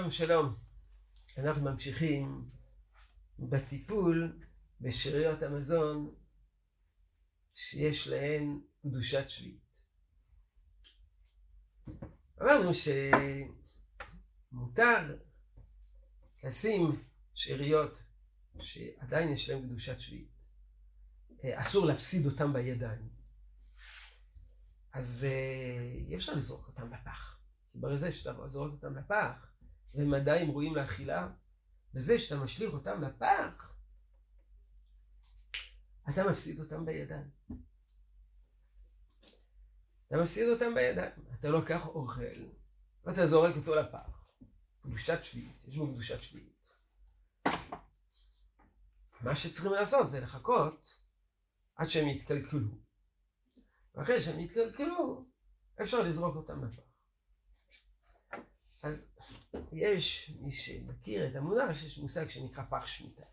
שלום שלום, אנחנו ממשיכים בטיפול בשאריות המזון שיש להן קדושת שביעית. אמרנו שמותר לשים שאריות שעדיין יש להן קדושת שביעית, אסור להפסיד אותם בידיים, אז אי אפשר לזרוק אותם בפח. כי בזה שאתה זורק אותם לפח והם עדיין ראויים לאכילה, בזה שאתה משליך אותם לפח אתה מפסיד אותם בידיים. אתה לוקח אוכל ואתה זורק אותו לפח. קדושת שביעית, יש בו קדושת שביעית. מה שצריכים לעשות זה לחכות עד שהם יתקלקלו, ואחרי שהם יתקלקלו אפשר לזרוק אותם לפח. אז יש מי שמכיר את המונח, יש מושג שנקרא פח שמיטה.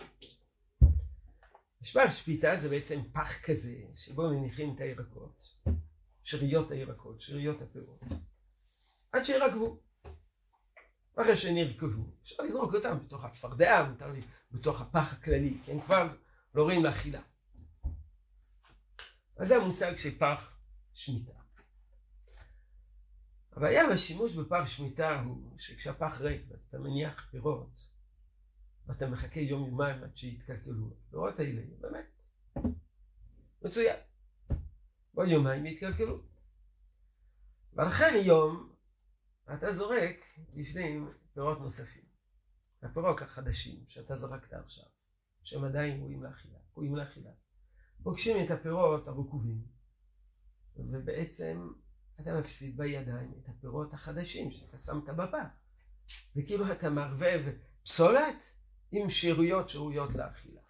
פח שמיטה זה בעצם פח כזה שבו מניחים את הירקות, שאריות הירקות, שאריות הפירות, עד שירקבו. ואחרי שנרקבו אפשר לזרוק אותם בתוך הצפרדע, בתוך הפח הכללי, כי הם כבר לא ראויים לאכילה. אז זה המושג של פח שמיטה. הבעיה בשימוש בפח שמיטה הוא שכשהפח ריק ואתה מניח פירות ואתה מחכה יום יומיים עד שיתקלקלו, הפירות האלה באמת מצוין, בעוד יומיים יתקלקלו, ואחרי יום אתה זורק בפנים פירות נוספים, הפירות החדשים שאתה זרקת עכשיו, שהם עדיין ראויים לאכילה, פוגשים את הפירות הרקובים, ובעצם אתה מפסיד בידיים את הפירות החדשים שאתה שמת בפח. זה כאילו אתה מערבב פסולת עם שאריות שראויות לאכילה.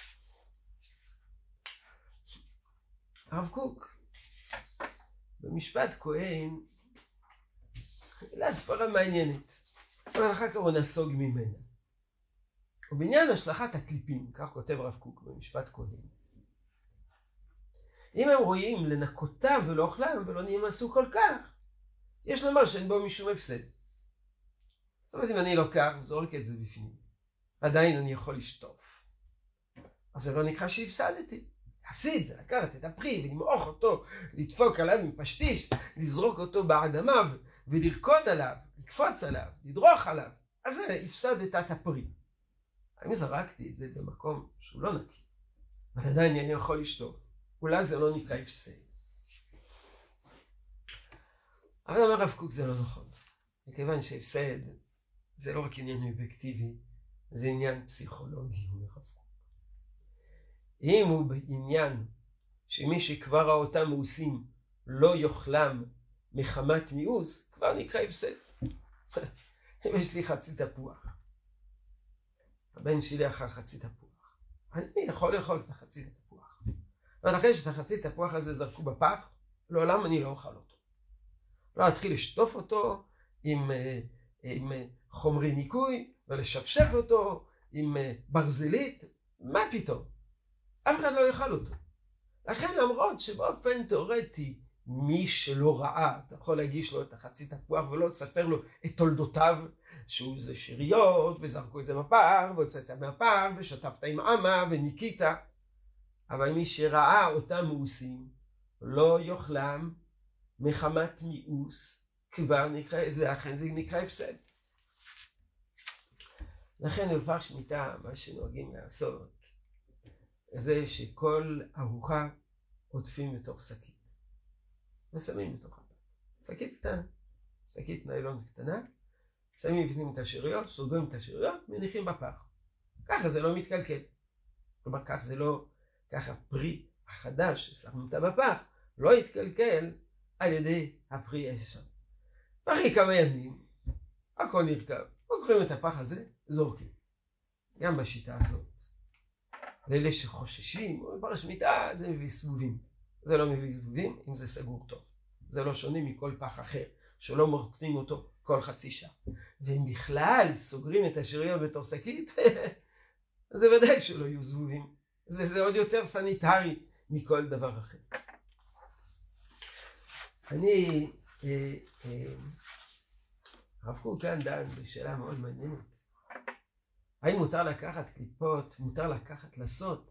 הרב קוק במשפט כהן לה ספרה מעניינת, אבל אחר כך הוא נסוג ממנה. ובעניין השלכת הקליפים, כך כותב הרב קוק במשפט כהן, אם הם רואים לנקותם ולא אוכלם ולא נמאסו כל כך, יש לומר שאין בו משום הפסד. זאת אומרת, אם אני לוקח וזורק את זה בפנים, עדיין אני יכול לשטוף, אז זה לא נקרא שהפסדתי. להפסיד זה לקחת את הפרי ולמעוך אותו, לדפוק עליו עם פשטיש, לזרוק אותו באדמה ולרקוד עליו, לקפוץ עליו, לדרוך עליו, אז זה הפסדת את הפרי. אם זרקתי את זה במקום שהוא לא נקי, אבל עדיין אני יכול לשטוף, אולי זה לא נקרא הפסד. אבל אומר הרב קוק זה לא נכון, מכיוון שהפסד זה לא רק עניין אובייקטיבי, זה עניין פסיכולוגי, אומר הרב קוק. אם הוא בעניין שמי שכבר ראה אותם מאוסים לא יאכלם מחמת מיאוס, כבר נקרא הפסד. אם יש לי חצי תפוח, הבן שלי אכל חצי תפוח, אני יכול לאכול את החצי תפוח, אבל אחרי שאת החצי תפוח הזה זרקו בפח, לעולם אני לא אוכל אותו. לא אתחיל לשטוף אותו עם חומרי ניקוי ולשפשף אותו עם ברזלית, מה פתאום? אף אחד לא יאכל אותו. לכן למרות שבאופן תיאורטי מי שלא ראה, אתה יכול להגיש לו את החצי תפוח ולא תספר לו את תולדותיו, שהוא זה שאריות וזרקו את זה בפח והוצאת מהפח ושטפת עם אמה וניקית. אבל מי שראה אותם מאוסים לא יאכלם מחמת מיאוס, כבר נקרא, זה נקרא הפסד. לכן בפח שמיטה מה שנוהגים לעשות זה שכל ארוחה עוטפים בתוך שקית ושמים בתוך הפת. שקית קטנה, שקית ניילון קטנה, שמים בפנים את השאריות, סוגרים את השאריות, מניחים בפח. ככה זה לא מתקלקל. כלומר ככה פרי החדש ששמים אותה בפח לא יתקלקל על ידי הפרי הישן. אחרי כמה ימים הכל נרקב, לוקחים את הפח הזה, זורקים. גם בשיטה הזאת, לאלה שחוששים, בפח שמיטה זה מביא סבובים. זה לא מביא סבובים אם זה סגור טוב. זה לא שונה מכל פח אחר שלא מרוקנים אותו כל חצי שעה. ואם בכלל סוגרים את השאריות בתוך שקית, זה ודאי שלא יהיו סבובים. זה עוד יותר סניטרי מכל דבר אחר. הרב קוק כאן דן בשאלה מאוד מעניינת. האם מותר לקחת קליפות, מותר לקחת לעשות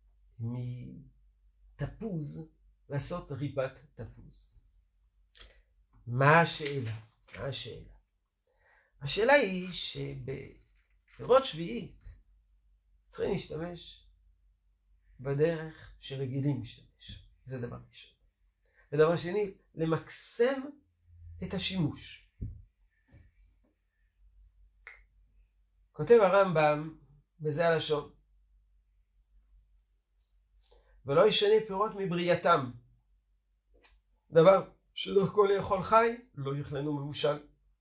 מתפוז, לעשות ריבת תפוז? מה השאלה? השאלה היא שבפירות שביעית צריכים להשתמש בדרך שרגילים להשתמש. זה דבר ראשון. ודבר שני, למקסם את השימוש. כותב הרמב"ם בזה הלשון, ולא ישנה פירות מבריאתם. דבר שדרכו לאכול חי, לא יאכלנו מבושל.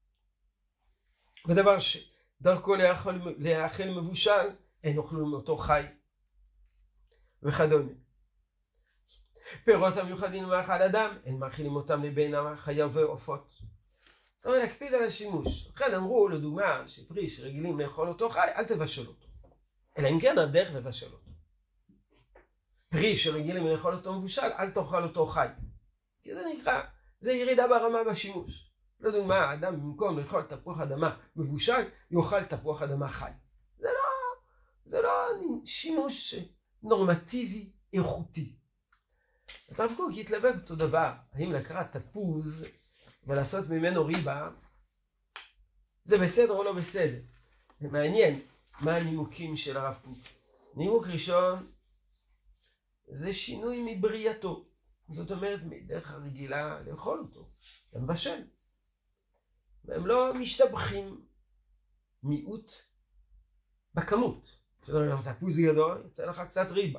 ודבר שדרכו לאכול מבושל, אין אוכלו מאותו חי. וכדומה. פירות המיוחדים למאכל אדם, אין מאכילים אותם לבין החיה ועופות. זאת אומרת, להקפיד על השימוש. לכן אמרו, לדוגמה, שפרי שרגילים לאכול אותו חי, אל תבשל אותו. אלא אם כן הדרך לבשל אותו. פרי שרגילים לאכול אותו מבושל, אל תאכל אותו חי. כי זה נקרא, זה ירידה ברמה בשימוש. לדוגמה, האדם במקום לאכול תפוח אדמה מבושל, יאכל תפוח אדמה חי. זה לא שימוש נורמטיבי, איכותי. אז הרב קוק יתלבט אותו דבר, האם לקחת תפוז ולעשות ממנו ריבה, זה בסדר או לא בסדר. זה מעניין מה הנימוקים של הרב קוק. נימוק ראשון, זה שינוי מבריאתו. זאת אומרת, מדרך הרגילה לאכול אותו, גם בשל. והם לא משתבחים מיעוט בכמות. זאת אומרת, תפוז גדול, יצא לך קצת ריבה.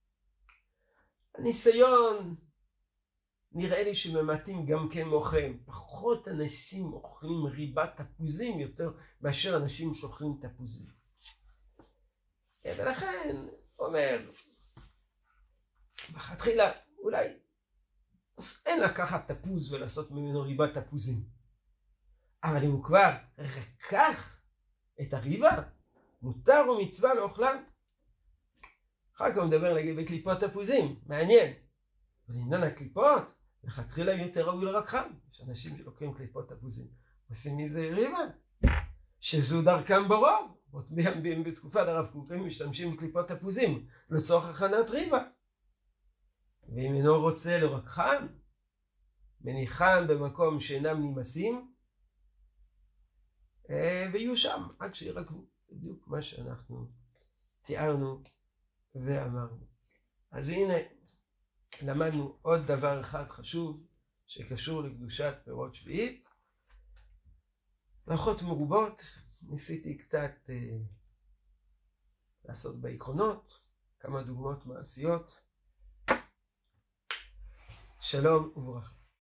הניסיון נראה לי שממעטים גם כן אוכלים. פחות אנשים אוכלים ריבת תפוזים יותר מאשר אנשים שאוכלים תפוזים. ולכן אומר, בתחילה אולי אין לקחת תפוז ולעשות ממנו ריבת תפוזים. אבל אם הוא כבר רקח את הריבה, מותר ומצווה לאוכלם. אחר כך הוא מדבר לגבי קליפות תפוזים, מעניין. אבל עניין הקליפות, לכתחילה יותר ראוי לרקחם. יש אנשים שלוקחים קליפות תפוזים, עושים מזה ריבה, שזו דרכם ברוב. בתקופת הרב קוק הם משתמשים בקליפות תפוזים לצורך הכנת ריבה. ואם אינו רוצה לרקחם, מניחם במקום שאינם נמסים, ויהיו שם עד שירקבו. זה בדיוק מה שאנחנו תיארנו ואמרנו. אז הנה למדנו עוד דבר אחד חשוב שקשור לקדושת פירות שביעית. הלכות מרובות, ניסיתי קצת לעשות בעקרונות, כמה דוגמאות מעשיות. שלום וברכה.